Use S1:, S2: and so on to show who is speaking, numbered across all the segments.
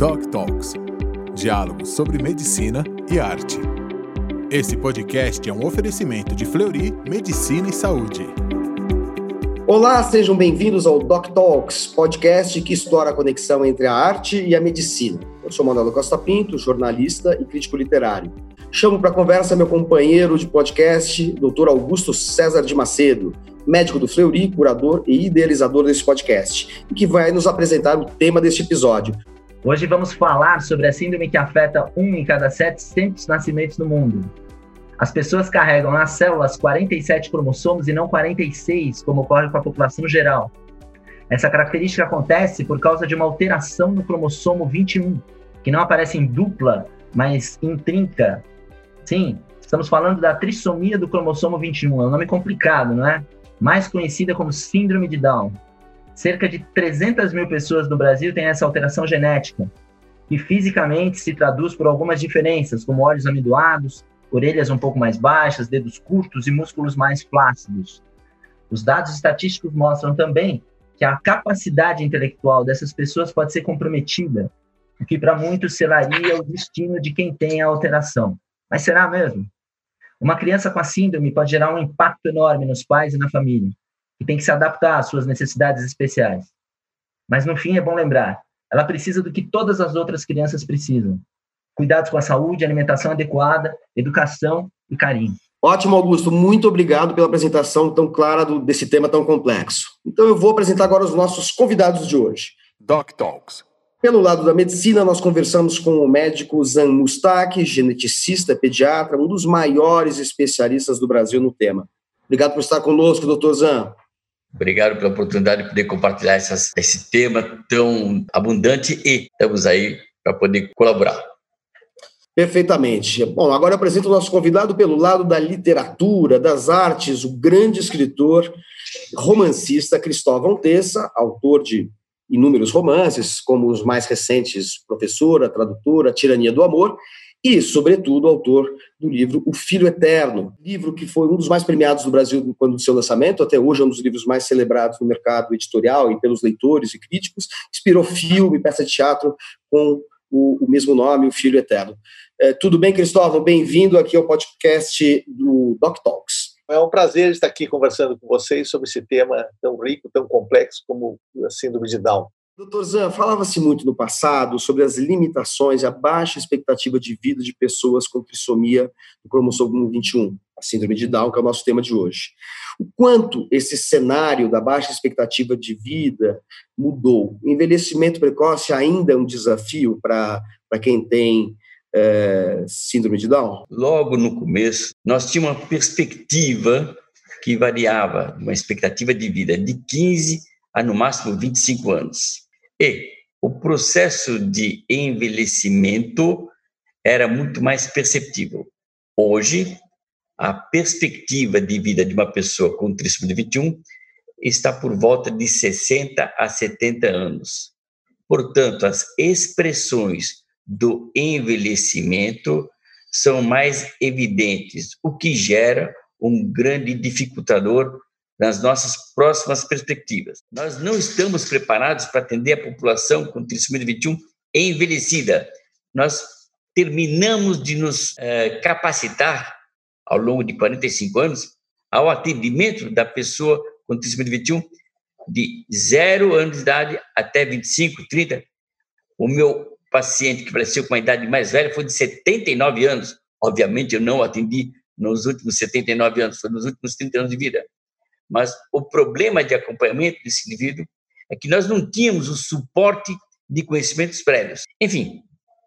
S1: Doc Talks, diálogos sobre medicina e arte. Esse podcast é um oferecimento de Fleury Medicina e Saúde.
S2: Olá, sejam bem-vindos ao Doc Talks, podcast que explora a conexão entre a arte e a medicina. Eu sou Manuel Costa Pinto, jornalista e crítico literário. Chamo para conversa meu companheiro de podcast, Dr. Augusto César de Macedo, médico do Fleury, curador e idealizador desse podcast, e que vai nos apresentar o tema deste episódio.
S3: Hoje vamos falar sobre a síndrome que afeta 1 em cada 700 nascimentos no mundo. As pessoas carregam nas células 47 cromossomos e não 46, como ocorre com a população geral. Essa característica acontece por causa de uma alteração no cromossomo 21, que não aparece em dupla, mas em trinca. Sim, estamos falando da trissomia do cromossomo 21, é um nome complicado, não é? Mais conhecida como síndrome de Down. Cerca de 300 mil pessoas no Brasil têm essa alteração genética, que fisicamente se traduz por algumas diferenças, como olhos amendoados, orelhas um pouco mais baixas, dedos curtos e músculos mais flácidos. Os dados estatísticos mostram também que a capacidade intelectual dessas pessoas pode ser comprometida, o que para muitos selaria o destino de quem tem a alteração. Mas será mesmo? Uma criança com a síndrome pode gerar um impacto enorme nos pais e na família, que tem que se adaptar às suas necessidades especiais. Mas, no fim, é bom lembrar, ela precisa do que todas as outras crianças precisam. Cuidados com a saúde, alimentação adequada, educação e carinho.
S2: Ótimo, Augusto. Muito obrigado pela apresentação tão clara desse tema tão complexo. Então, eu vou apresentar agora os nossos convidados de hoje.
S1: Doc Talks.
S2: Pelo lado da medicina, nós conversamos com o médico Zan Mustaki, geneticista, pediatra, um dos maiores especialistas do Brasil no tema. Obrigado por estar conosco, doutor Zan.
S4: Obrigado pela oportunidade de poder compartilhar esse tema tão abundante e estamos aí para poder colaborar.
S2: Perfeitamente. Bom, agora eu apresento o nosso convidado pelo lado da literatura, das artes, o grande escritor, romancista Cristóvão Tessa, autor de inúmeros romances, como os mais recentes Professora, Tradutora, Tirania do Amor, e, sobretudo, autor do livro O Filho Eterno, livro que foi um dos mais premiados do Brasil quando do seu lançamento, até hoje é um dos livros mais celebrados no mercado editorial e pelos leitores e críticos, inspirou filme, peça de teatro com o mesmo nome, O Filho Eterno. Tudo bem, Cristóvão? Bem-vindo aqui ao podcast do Doc Talks.
S5: É um prazer estar aqui conversando com vocês sobre esse tema tão rico, tão complexo como a síndrome de Down.
S2: Doutor Zan, falava-se muito no passado sobre as limitações e a baixa expectativa de vida de pessoas com trissomia do cromossomo 21, a síndrome de Down, que é o nosso tema de hoje. O quanto esse cenário da baixa expectativa de vida mudou? O envelhecimento precoce ainda é um desafio para quem tem síndrome de Down?
S4: Logo no começo, nós tínhamos uma perspectiva que variava, uma expectativa de vida de 15 a no máximo 25 anos. E o processo de envelhecimento era muito mais perceptível. Hoje, a perspectiva de vida de uma pessoa com trissomia 21 está por volta de 60 a 70 anos. Portanto, as expressões do envelhecimento são mais evidentes, o que gera um grande dificultador nas nossas próximas perspectivas. Nós não estamos preparados para atender a população com trissomia 21 envelhecida. Nós terminamos de nos capacitar ao longo de 45 anos ao atendimento da pessoa com trissomia 21 de 0 anos de idade até 25, 30. O meu paciente que faleceu com uma idade mais velha foi de 79 anos. Obviamente, eu não o atendi nos últimos 79 anos, foi nos últimos 30 anos de vida. Mas o problema de acompanhamento desse indivíduo é que nós não tínhamos o suporte de conhecimentos prévios. Enfim,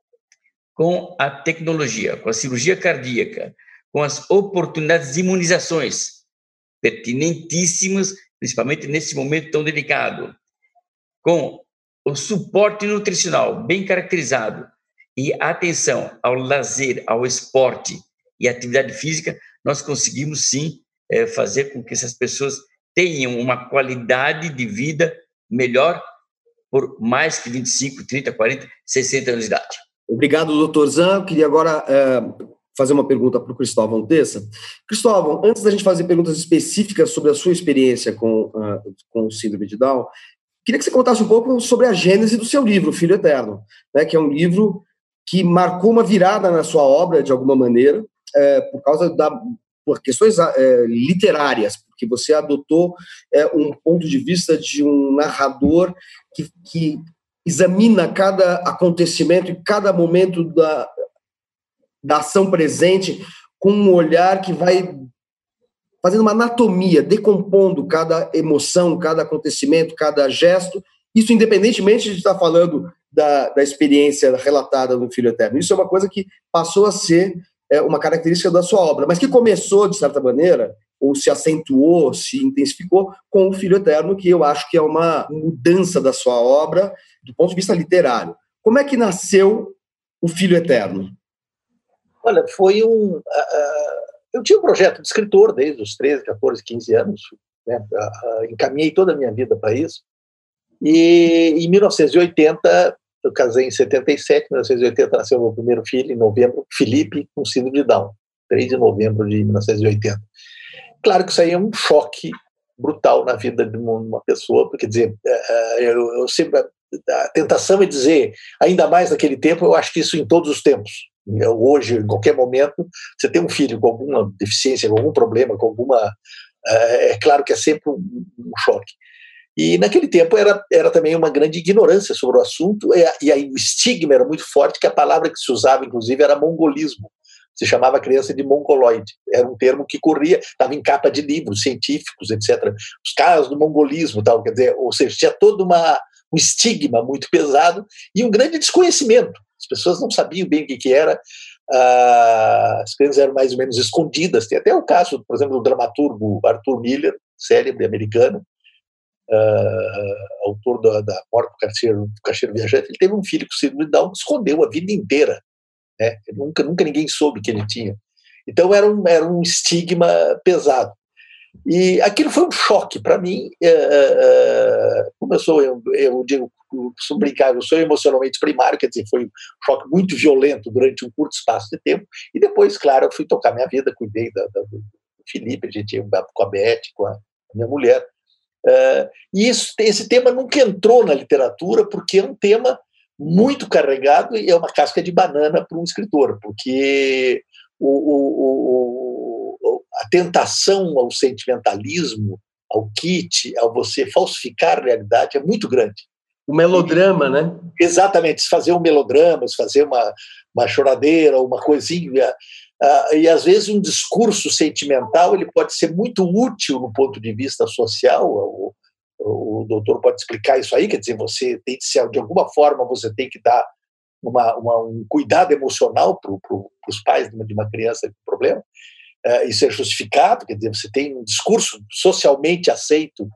S4: com a tecnologia, com a cirurgia cardíaca, com as oportunidades de imunizações pertinentíssimas, principalmente nesse momento tão delicado, com o suporte nutricional bem caracterizado e a atenção ao lazer, ao esporte e atividade física, nós conseguimos sim fazer com que essas pessoas tenham uma qualidade de vida melhor por mais que 25, 30, 40, 60 anos de idade.
S2: Obrigado, doutor Zan. Eu queria agora fazer uma pergunta para o Cristóvão Tessa. Cristóvão, antes da gente fazer perguntas específicas sobre a sua experiência com síndrome de Down, Queria que você contasse um pouco sobre a gênese do seu livro, Filho Eterno, né, que é um livro que marcou uma virada na sua obra, de alguma maneira, por questões literárias, porque você adotou um ponto de vista de um narrador que examina cada acontecimento e cada momento da ação presente com um olhar que vai fazendo uma anatomia, decompondo cada emoção, cada acontecimento, cada gesto, isso independentemente de estar falando da experiência relatada no Filho Eterno. Isso é uma coisa que passou a ser uma característica da sua obra, mas que começou, de certa maneira, ou se acentuou, se intensificou com o Filho Eterno, que eu acho que é uma mudança da sua obra do ponto de vista literário. Como é que nasceu o Filho Eterno?
S5: Olha, foi eu tinha um projeto de escritor desde os 13, 14, 15 anos, né? Encaminhei toda a minha vida para isso. E em 1980, eu casei em 77, em 1980 nasceu meu primeiro filho, em novembro, Felipe, com síndrome de Down, 3 de novembro de 1980. Claro que isso aí é um choque brutal na vida de uma pessoa, porque, dizer, eu sempre, a tentação é dizer, ainda mais naquele tempo, eu acho que isso em todos os tempos. Hoje, em qualquer momento, você tem um filho com alguma deficiência, com algum problema, com alguma... É claro que é sempre um choque. E naquele tempo era também uma grande ignorância sobre o assunto, e aí o estigma era muito forte, que a palavra que se usava, inclusive, era mongolismo. Se chamava a criança de mongoloide. Era um termo que corria, estava em capa de livros científicos, etc. Os casos do mongolismo, tal, quer dizer, ou seja, tinha todo um estigma muito pesado e um grande desconhecimento. As pessoas não sabiam bem o que era, as crianças eram mais ou menos escondidas. Tem até o caso, por exemplo, do dramaturgo Arthur Miller, célebre americano, autor da Morte do Caixeiro Viajante. Ele teve um filho com síndrome de Down que escondeu a vida inteira, né? Nunca ninguém soube que ele tinha. Então era um estigma pesado. E aquilo foi um choque para mim. Começou, eu digo, costumo brincar, eu sou emocionalmente primário, quer dizer, foi um choque muito violento durante um curto espaço de tempo. E depois, claro, eu fui tocar minha vida, cuidei do Felipe, a gente ia com a Beth, com a minha mulher. E esse tema nunca entrou na literatura, porque é um tema muito carregado e é uma casca de banana para um escritor, porque a tentação ao sentimentalismo, ao kit, ao você falsificar a realidade é muito grande.
S2: O melodrama, né?
S5: Exatamente, se fazer um melodrama, se fazer uma choradeira, uma coisinha. E às vezes um discurso sentimental ele pode ser muito útil no ponto de vista social. O doutor pode explicar isso aí, quer dizer, você tem que ser, de alguma forma, você tem que dar um cuidado emocional para os pais de uma criança com problema. Isso é justificado, quer dizer, você tem um discurso socialmente aceito,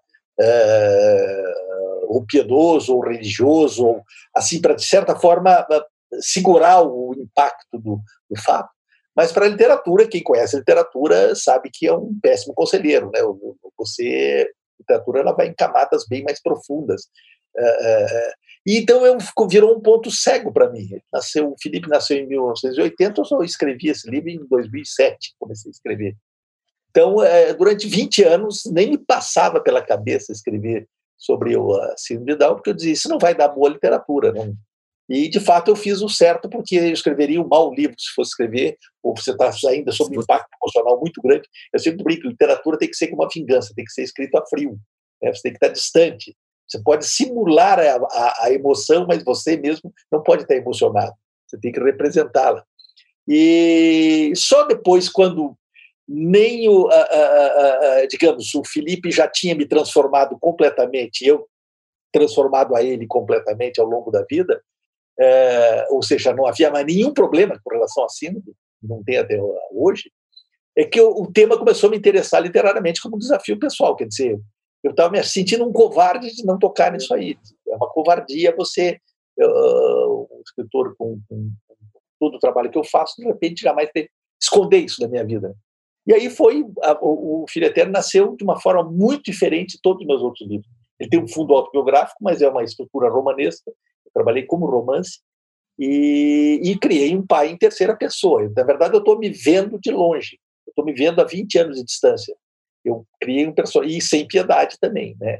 S5: ou piedoso, ou religioso, ou assim, para, de certa forma, segurar o impacto do fato. Mas para a literatura, quem conhece a literatura sabe que é um péssimo conselheiro, né? A literatura ela vai em camadas bem mais profundas. E então virou um ponto cego para mim. O Felipe nasceu em 1980, eu só escrevi esse livro em 2007, comecei a escrever. Então, durante 20 anos, nem me passava pela cabeça escrever sobre a síndrome de Down, porque eu dizia, isso não vai dar boa literatura, não. E, de fato, eu fiz o certo, porque eu escreveria um mau livro se fosse escrever, ou você está ainda sob um impacto emocional muito grande. Eu sempre brinco, literatura tem que ser como uma vingança, tem que ser escrito a frio, né? Você tem que estar distante. Você pode simular a emoção, mas você mesmo não pode estar emocionado. Você tem que representá-la. E só depois, quando nem digamos, o Felipe já tinha me transformado completamente, eu transformado a ele completamente ao longo da vida, ou seja, não havia mais nenhum problema com relação à síndrome, não tem até hoje, é que o tema começou a me interessar literariamente como um desafio pessoal, quer dizer, eu estava me sentindo um covarde de não tocar nisso aí. É uma covardia você, um escritor com todo o trabalho que eu faço, de repente jamais esconder isso da minha vida. E aí o Filho Eterno nasceu de uma forma muito diferente de todos os meus outros livros. Ele tem um fundo autobiográfico, mas é uma estrutura romanesca. Eu trabalhei como romance e criei um pai em terceira pessoa. Na verdade, eu estou me vendo de longe. Eu estou me vendo a 20 anos de distância. Eu criei um personagem, e sem piedade também, né?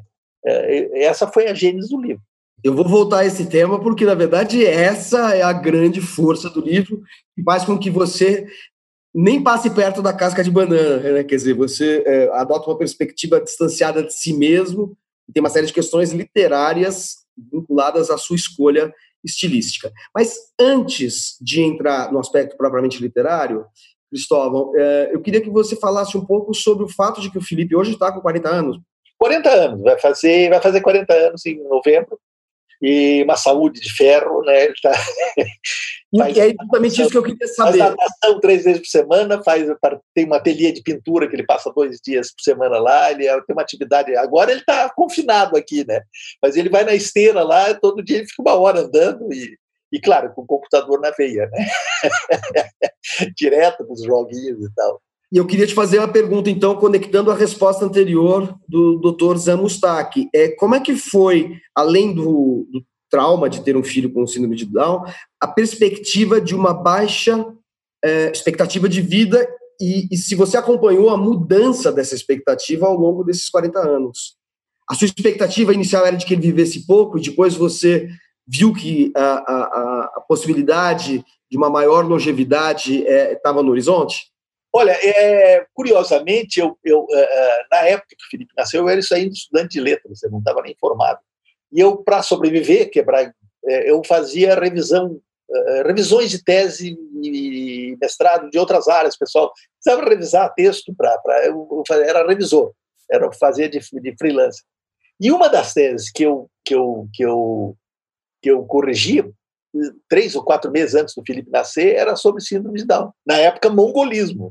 S5: Essa foi a gênese do livro.
S2: Eu vou voltar a esse tema porque, na verdade, essa é a grande força do livro, que faz com que você nem passe perto da casca de banana, né? Quer dizer, você adota uma perspectiva distanciada de si mesmo, e tem uma série de questões literárias vinculadas à sua escolha estilística. Mas antes de entrar no aspecto propriamente literário, Cristóvão, eu queria que você falasse um pouco sobre o fato de que o Felipe hoje está com 40 anos.
S5: 40 anos, vai fazer 40 anos em novembro, e uma saúde de ferro, né? Ele tá...
S2: E é exatamente isso que eu queria saber.
S5: Faz natação 3 vezes por semana, tem uma ateliê de pintura que ele passa 2 dias por semana lá, ele tem uma atividade, agora ele está confinado aqui, né? Mas ele vai na esteira lá, todo dia ele fica 1 hora andando e claro, com o computador na veia, né? Direto com os joguinhos e tal.
S2: E eu queria te fazer uma pergunta, então, conectando a resposta anterior do Dr. Zan Mustak. Como é que foi, além do trauma de ter um filho com síndrome de Down, a perspectiva de uma baixa expectativa de vida e se você acompanhou a mudança dessa expectativa ao longo desses 40 anos? A sua expectativa inicial era de que ele vivesse pouco e depois você viu que a possibilidade de uma maior longevidade estava no horizonte?
S5: Olha, curiosamente, eu na época que o Felipe nasceu, eu era ainda estudante de letras, eu não estava nem formado. E eu, para sobreviver, eu fazia revisões de tese e mestrado de outras áreas, pessoal. Precisava revisar texto, eu era revisor, fazia de freelancer. E uma das teses que eu corrigi 3 ou 4 meses antes do Felipe nascer, era sobre síndrome de Down. Na época, mongolismo.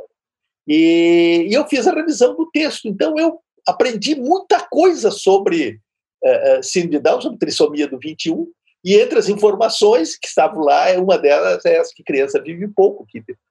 S5: E eu fiz a revisão do texto. Então, eu aprendi muita coisa sobre síndrome de Down, sobre trissomia do 21, e entre as informações que estavam lá, uma delas é essa que criança vive pouco.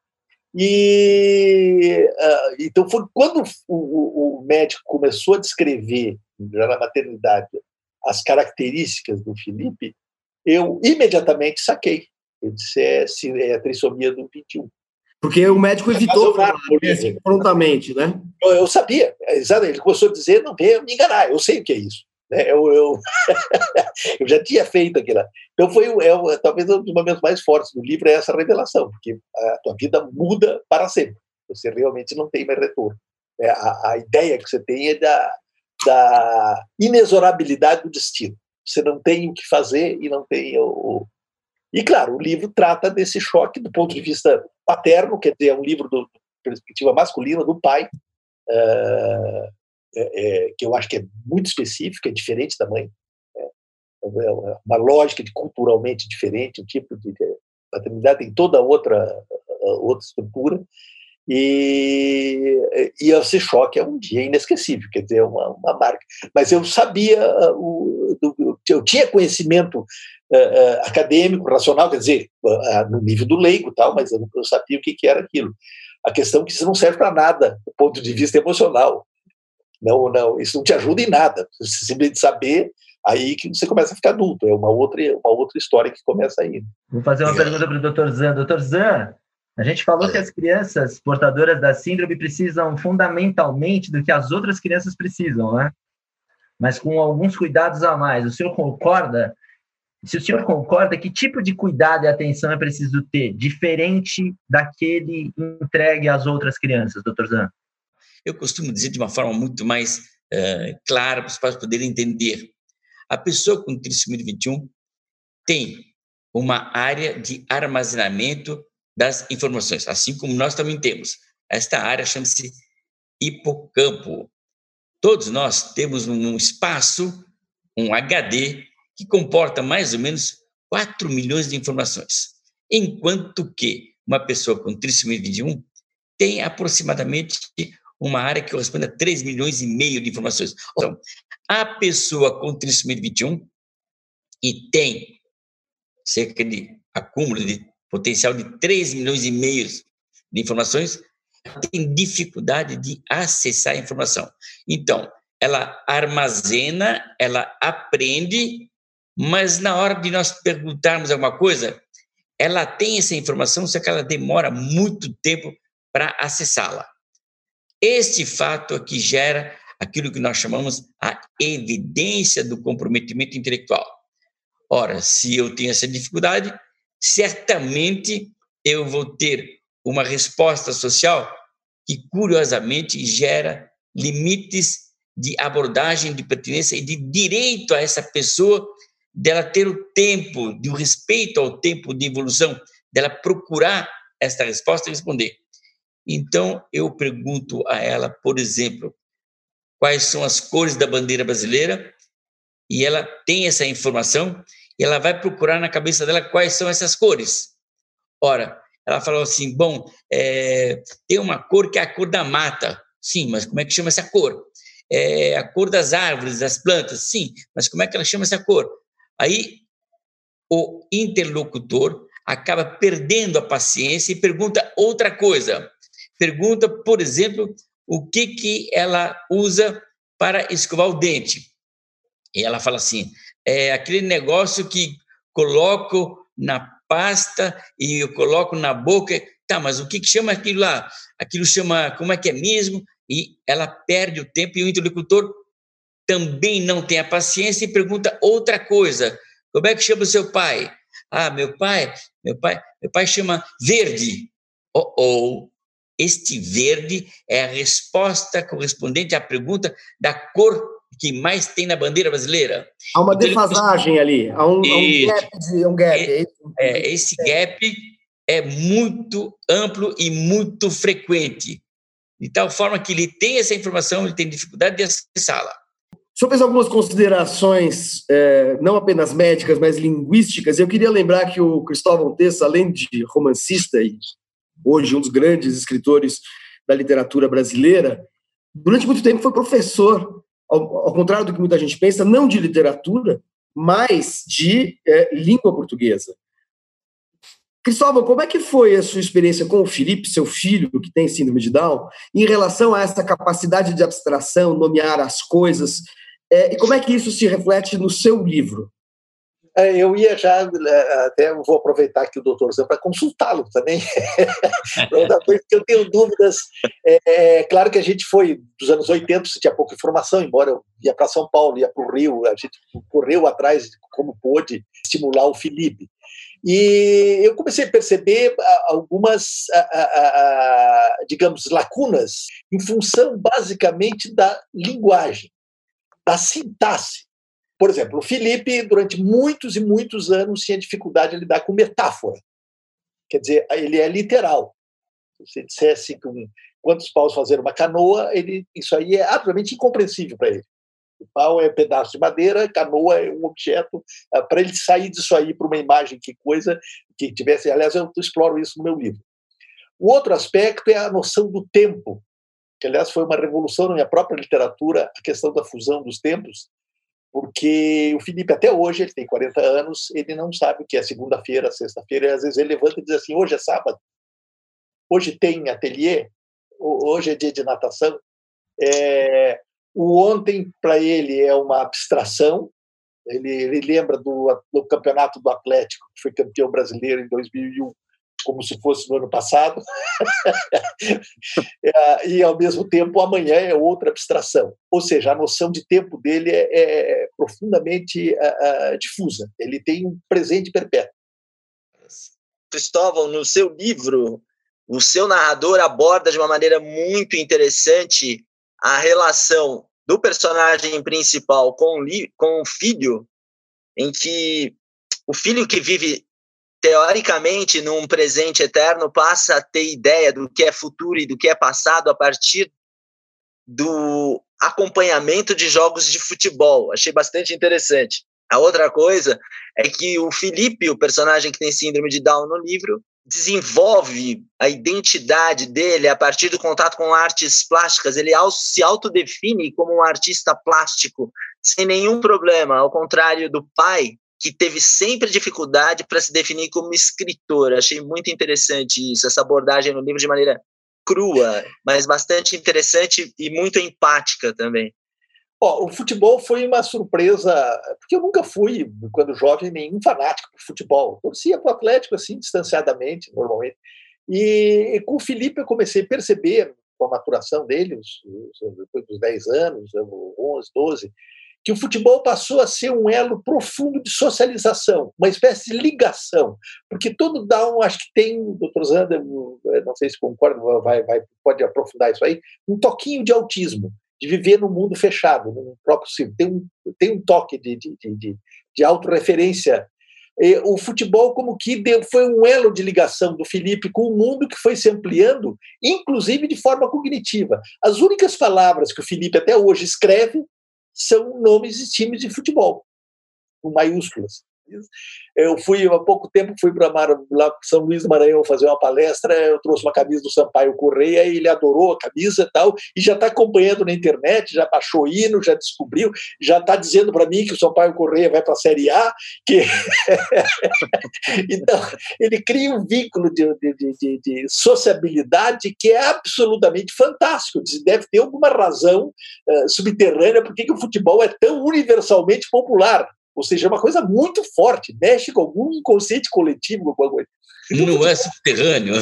S5: Então, foi quando o médico começou a descrever, já na maternidade, as características do Felipe, eu imediatamente saquei. Eu disse, é a trissomia do 21.
S2: Porque o médico evitou prontamente, né?
S5: Eu sabia, exatamente. Ele começou a dizer, não venha me enganar, eu sei o que é isso. Eu já tinha feito aquilo. Então, talvez um dos momentos mais fortes do livro é essa revelação, porque a tua vida muda para sempre. Você realmente não tem mais retorno. A ideia que você tem é da inexorabilidade do destino. Você não tem o que fazer e não tem E, claro, o livro trata desse choque do ponto de vista paterno, quer dizer, é um livro da perspectiva masculina do pai, que eu acho que é muito específico, é diferente da mãe. É uma lógica culturalmente diferente, o tipo de paternidade tem toda outra estrutura. E esse choque é um dia inesquecível, quer dizer, uma marca. Mas eu sabia, eu tinha conhecimento acadêmico, racional, quer dizer, no nível do leigo, tal, mas eu sabia o que era aquilo. A questão é que isso não serve para nada, do ponto de vista emocional. Não, isso não te ajuda em nada. Você simplesmente saber, aí que você começa a ficar adulto. É uma outra história que começa aí.
S3: Vou fazer uma pergunta para o Dr. Zan. Dr. Zan, a gente falou que as crianças portadoras da síndrome precisam fundamentalmente do que as outras crianças precisam, né? Mas com alguns cuidados a mais. O senhor concorda? Se o senhor concorda, que tipo de cuidado e atenção é preciso ter, diferente daquele entregue às outras crianças, Dr. Zan?
S4: Eu costumo dizer de uma forma muito mais clara para os pais poderem entender. A pessoa com trissomia 21 tem uma área de armazenamento das informações, assim como nós também temos. Esta área chama-se hipocampo. Todos nós temos um espaço, um HD, que comporta mais ou menos 4 milhões de informações, enquanto que uma pessoa com trissomia 21 tem aproximadamente uma área que corresponde a 3 milhões e meio de informações. Então, a pessoa com trissomia 21 e tem cerca de acúmulo de potencial de 3 milhões e meio de informações, tem dificuldade de acessar a informação. Então, ela armazena, ela aprende, mas na hora de nós perguntarmos alguma coisa, ela tem essa informação, só que ela demora muito tempo para acessá-la. Este fato é que gera aquilo que nós chamamos a evidência do comprometimento intelectual. Ora, se eu tenho essa dificuldade, certamente eu vou ter uma resposta social que, curiosamente, gera limites de abordagem, de pertinência e de direito a essa pessoa dela ter o tempo, de respeito ao tempo de evolução, dela procurar esta resposta e responder. Então, eu pergunto a ela, por exemplo, quais são as cores da bandeira brasileira, e ela tem essa informação, e ela vai procurar na cabeça dela quais são essas cores. Ora, ela falou assim, bom, tem uma cor que é a cor da mata. Sim, mas como é que chama essa cor? É a cor das árvores, das plantas. Sim, mas como é que ela chama essa cor? Aí, o interlocutor acaba perdendo a paciência e pergunta outra coisa. Pergunta, por exemplo, o que ela usa para escovar o dente. E ela fala assim, aquele negócio que coloco na pasta e eu coloco na boca. Tá, mas o que chama aquilo lá? Aquilo chama, como é que é mesmo? E ela perde o tempo e o interlocutor também não tem a paciência e pergunta outra coisa. Como é que chama o seu pai? Ah, meu pai chama Verde. Este verde é a resposta correspondente à pergunta da cor que mais tem na bandeira brasileira.
S2: Há uma defasagem ali, há um gap.
S4: Esse gap é muito amplo e muito frequente, de tal forma que ele tem essa informação, ele tem dificuldade de acessá-la.
S2: O senhor fez algumas considerações, não apenas médicas, mas linguísticas. Eu queria lembrar que o Cristóvão Tessa, além de romancista e hoje um dos grandes escritores da literatura brasileira, durante muito tempo foi professor, ao contrário do que muita gente pensa, não de literatura, mas de língua portuguesa. Cristóvão, como é que foi a sua experiência com o Felipe, seu filho, que tem síndrome de Down, em relação a essa capacidade de abstração, nomear as coisas, e como é que isso se reflete no seu livro?
S5: Eu ia já, até vou aproveitar aqui o doutor Zé para consultá-lo também. Outra coisa que eu tenho dúvidas, claro que a gente foi, dos anos 80, você tinha pouca informação, embora eu ia para São Paulo, ia para o Rio, a gente correu atrás, como pôde, estimular o Felipe. E eu comecei a perceber algumas, digamos, lacunas em função, basicamente, da linguagem, da sintaxe. Por exemplo, o Felipe, durante muitos e muitos anos, tinha dificuldade de lidar com metáfora. Quer dizer, ele é literal. Se você dissesse quantos paus fazer uma canoa, isso aí é absolutamente incompreensível para ele. O pau é um pedaço de madeira, canoa é um objeto. Para ele sair disso aí para uma imagem, que coisa que tivesse. Aliás, eu exploro isso no meu livro. O outro aspecto é a noção do tempo, que, aliás, foi uma revolução na minha própria literatura, a questão da fusão dos tempos, porque o Felipe, até hoje, ele tem 40 anos, ele não sabe o que é segunda-feira, sexta-feira, e às vezes ele levanta e diz assim, hoje é sábado, hoje tem ateliê, hoje é dia de natação. O ontem, para ele, é uma abstração. Ele lembra do campeonato do Atlético, que foi campeão brasileiro em 2001, como se fosse no ano passado. E, ao mesmo tempo, amanhã é outra abstração. Ou seja, a noção de tempo dele é profundamente difusa. Ele tem um presente perpétuo.
S6: Cristóvão, no seu livro, o seu narrador aborda de uma maneira muito interessante a relação do personagem principal com o filho, em que o filho que vive teoricamente num presente eterno passa a ter ideia do que é futuro e do que é passado a partir do acompanhamento de jogos de futebol. Achei bastante interessante. A outra coisa é que o Felipe, o personagem que tem síndrome de Down no livro, desenvolve a identidade dele a partir do contato com artes plásticas. Ele se autodefine como um artista plástico sem nenhum problema, ao contrário do pai, que teve sempre dificuldade para se definir como escritor. Achei muito interessante isso, essa abordagem no livro de maneira crua, mas bastante interessante e muito empática também.
S5: O futebol foi uma surpresa, porque eu nunca fui, quando jovem, nenhum fanático por futebol. Torcia para o Atlético, assim, distanciadamente, normalmente. E com o Felipe eu comecei a perceber, com a maturação dele, depois dos 10 anos, 11, 12, que o futebol passou a ser um elo profundo de socialização, uma espécie de ligação, porque todo down, acho que tem, doutor Zander, não sei se concorda, pode aprofundar isso aí, um toquinho de autismo, de viver num mundo fechado, no próprio círculo, tem um toque de autorreferência. O futebol como que foi um elo de ligação do Felipe com o mundo que foi se ampliando, inclusive de forma cognitiva. As únicas palavras que o Felipe até hoje escreve são nomes de times de futebol, com maiúsculas. Eu há pouco tempo fui para São Luís do Maranhão fazer uma palestra, eu trouxe uma camisa do Sampaio Corrêa e ele adorou a camisa e tal, e já está acompanhando na internet, já baixou hino, já descobriu, já está dizendo para mim que o Sampaio Corrêa vai para a Série A, que... Então, ele cria um vínculo de sociabilidade que é absolutamente fantástico, deve ter alguma razão subterrânea por que o futebol é tão universalmente popular. Ou seja, é uma coisa muito forte, mexe com algum inconsciente coletivo. Alguma coisa.
S4: Não é subterrâneo.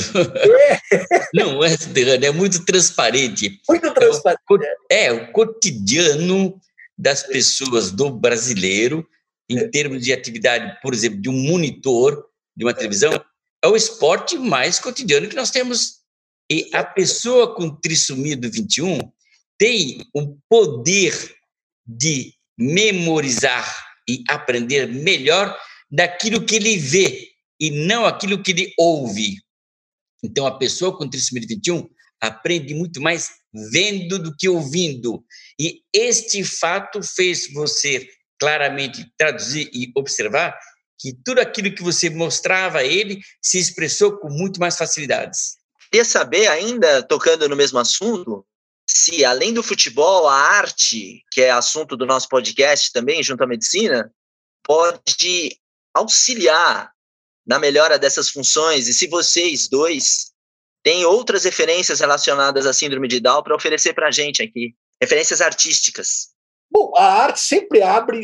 S4: Não é subterrâneo, é muito transparente.
S5: Muito transparente.
S4: O cotidiano das pessoas, do brasileiro, em termos de atividade, por exemplo, de um monitor, de uma televisão, é o esporte mais cotidiano que nós temos. E a pessoa com trissomia do 21 tem o poder de memorizar e aprender melhor daquilo que ele vê e não aquilo que ele ouve. Então, a pessoa com trissomia 21 aprende muito mais vendo do que ouvindo. E este fato fez você claramente traduzir e observar que tudo aquilo que você mostrava a ele se expressou com muito mais facilidades.
S6: Queria saber, ainda tocando no mesmo assunto, se, além do futebol, a arte, que é assunto do nosso podcast também, junto à medicina, pode auxiliar na melhora dessas funções, e se vocês dois têm outras referências relacionadas à síndrome de Down para oferecer para a gente aqui, referências artísticas.
S5: Bom, a arte sempre abre,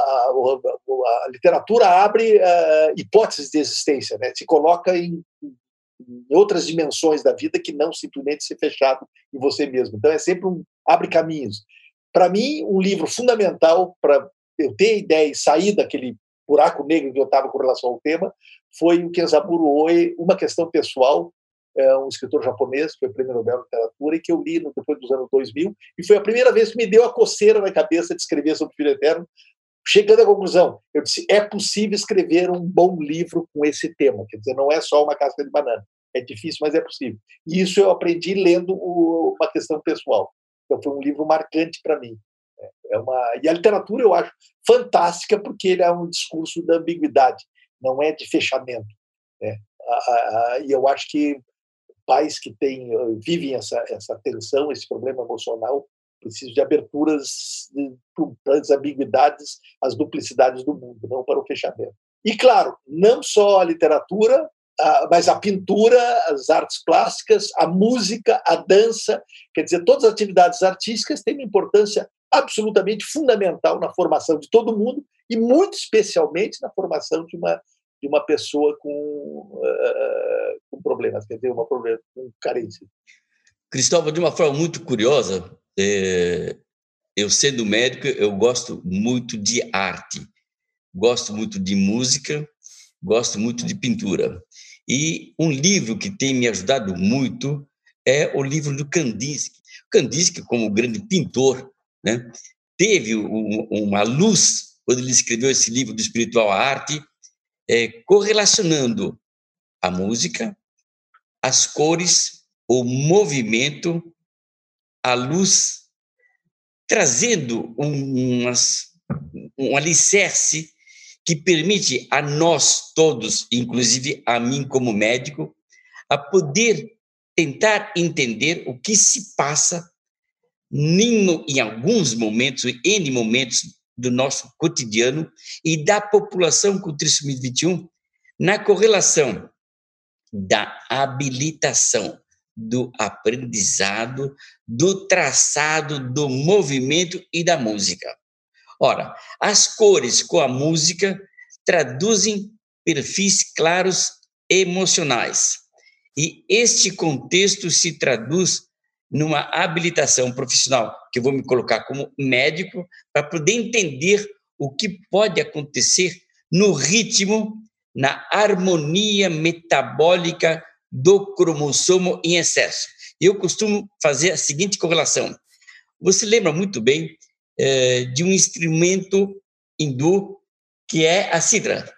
S5: a literatura abre hipóteses de existência, né? Se coloca em outras dimensões da vida que não simplesmente ser fechado em você mesmo. Então, é sempre abre caminhos. Para mim, um livro fundamental para eu ter ideia e sair daquele buraco negro que eu estava com relação ao tema foi o Kenzaburo Oe, Uma Questão Pessoal, um escritor japonês, que foi Prêmio Nobel de Literatura, e que eu li depois dos anos 2000, e foi a primeira vez que me deu a coceira na cabeça de escrever sobre o Filho Eterno, chegando à conclusão, eu disse, é possível escrever um bom livro com esse tema, quer dizer, não é só uma casca de banana, é difícil, mas é possível. E isso eu aprendi lendo Uma Questão Pessoal. Então foi um livro marcante para mim. E a literatura eu acho fantástica porque ele é um discurso da ambiguidade, não é de fechamento. Né? E eu acho que pais que vivem essa tensão, esse problema emocional, precisam de aberturas para as ambiguidades, as duplicidades do mundo, não para o fechamento. E, claro, não só a literatura, mas a pintura, as artes plásticas, a música, a dança, quer dizer, todas as atividades artísticas têm uma importância absolutamente fundamental na formação de todo mundo e muito especialmente na formação de uma pessoa com problemas, quer dizer, com carência.
S4: Cristóvão, de uma forma muito curiosa, eu sendo médico, eu gosto muito de arte, gosto muito de música, gosto muito de pintura. E um livro que tem me ajudado muito é o livro do Kandinsky. Kandinsky, como grande pintor, né, teve uma luz quando ele escreveu esse livro do Espiritual à Arte, correlacionando a música, as cores, o movimento, a luz, trazendo um alicerce que permite a nós todos, inclusive a mim como médico, a poder tentar entender o que se passa em alguns momentos, N momentos do nosso cotidiano e da população com trissomia 21 na correlação da habilitação, do aprendizado, do traçado, do movimento e da música. Ora, as cores com a música traduzem perfis claros emocionais. E este contexto se traduz numa habilitação profissional, que eu vou me colocar como médico, para poder entender o que pode acontecer no ritmo, na harmonia metabólica do cromossomo em excesso. Eu costumo fazer a seguinte correlação. Você lembra muito bem de um instrumento hindu que é a cítara,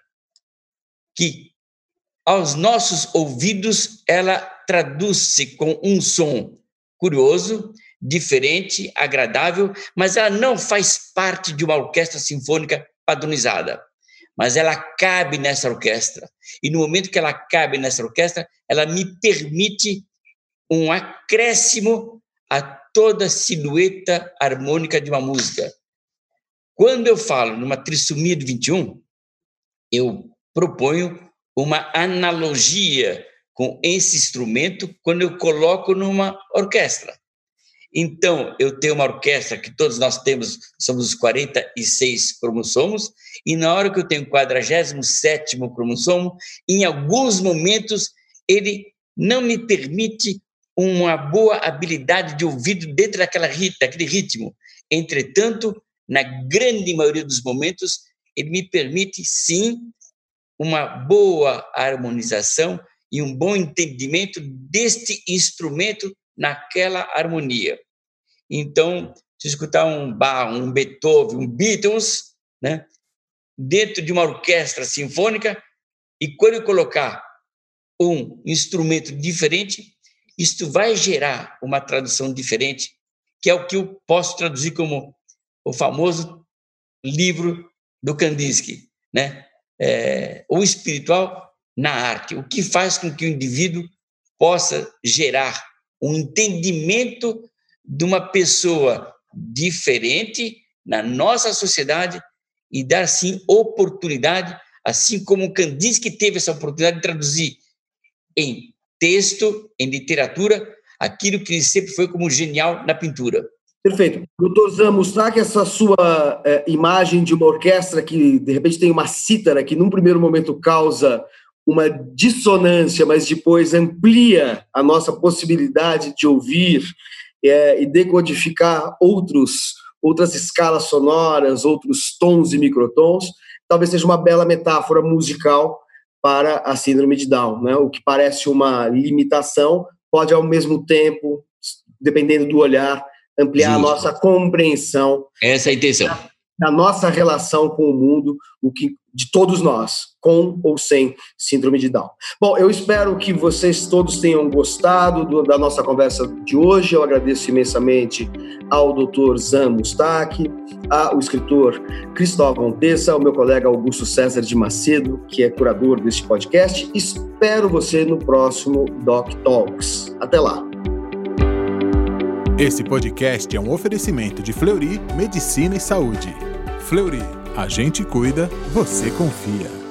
S4: que aos nossos ouvidos ela traduz-se com um som curioso, diferente, agradável, mas ela não faz parte de uma orquestra sinfônica padronizada. Mas ela cabe nessa orquestra. E no momento que ela cabe nessa orquestra, ela me permite um acréscimo a toda a silhueta harmônica de uma música. Quando eu falo numa trissomia do 21, eu proponho uma analogia com esse instrumento quando eu coloco numa orquestra. Então, eu tenho uma orquestra que todos nós temos, somos os 46 cromossomos, e na hora que eu tenho o 47º cromossomo, em alguns momentos, ele não me permite uma boa habilidade de ouvido dentro daquele ritmo. Entretanto, na grande maioria dos momentos, ele me permite, sim, uma boa harmonização e um bom entendimento deste instrumento naquela harmonia. Então, se escutar um Bach, um Beethoven, um Beatles, né, dentro de uma orquestra sinfônica, e quando eu colocar um instrumento diferente, isto vai gerar uma tradução diferente, que é o que eu posso traduzir como o famoso livro do Kandinsky, né? O espiritual na arte, o que faz com que o indivíduo possa gerar um entendimento de uma pessoa diferente na nossa sociedade e dar, sim, oportunidade, assim como o Kandinsky teve essa oportunidade de traduzir em texto, em literatura, aquilo que ele sempre foi como genial na pintura.
S2: Perfeito. Doutor Zamus, será que essa sua imagem de uma orquestra que, de repente, tem uma cítara que, num primeiro momento, causa uma dissonância, mas depois amplia a nossa possibilidade de ouvir e decodificar outras escalas sonoras, outros tons e microtons, talvez seja uma bela metáfora musical para a síndrome de Down, né? O que parece uma limitação pode, ao mesmo tempo, dependendo do olhar, ampliar a nossa compreensão.
S4: Essa é a intenção.
S2: Da nossa relação com o mundo, de todos nós, com ou sem síndrome de Down. Bom, eu espero que vocês todos tenham gostado da nossa conversa de hoje. Eu agradeço imensamente ao Dr. Zamus Mustak, ao escritor Cristóvão Tessa, ao meu colega Augusto César de Macedo, que é curador deste podcast. Espero você no próximo Doc Talks. Até lá!
S1: Esse podcast é um oferecimento de Fleury Medicina e Saúde. Fleury, a gente cuida, você confia.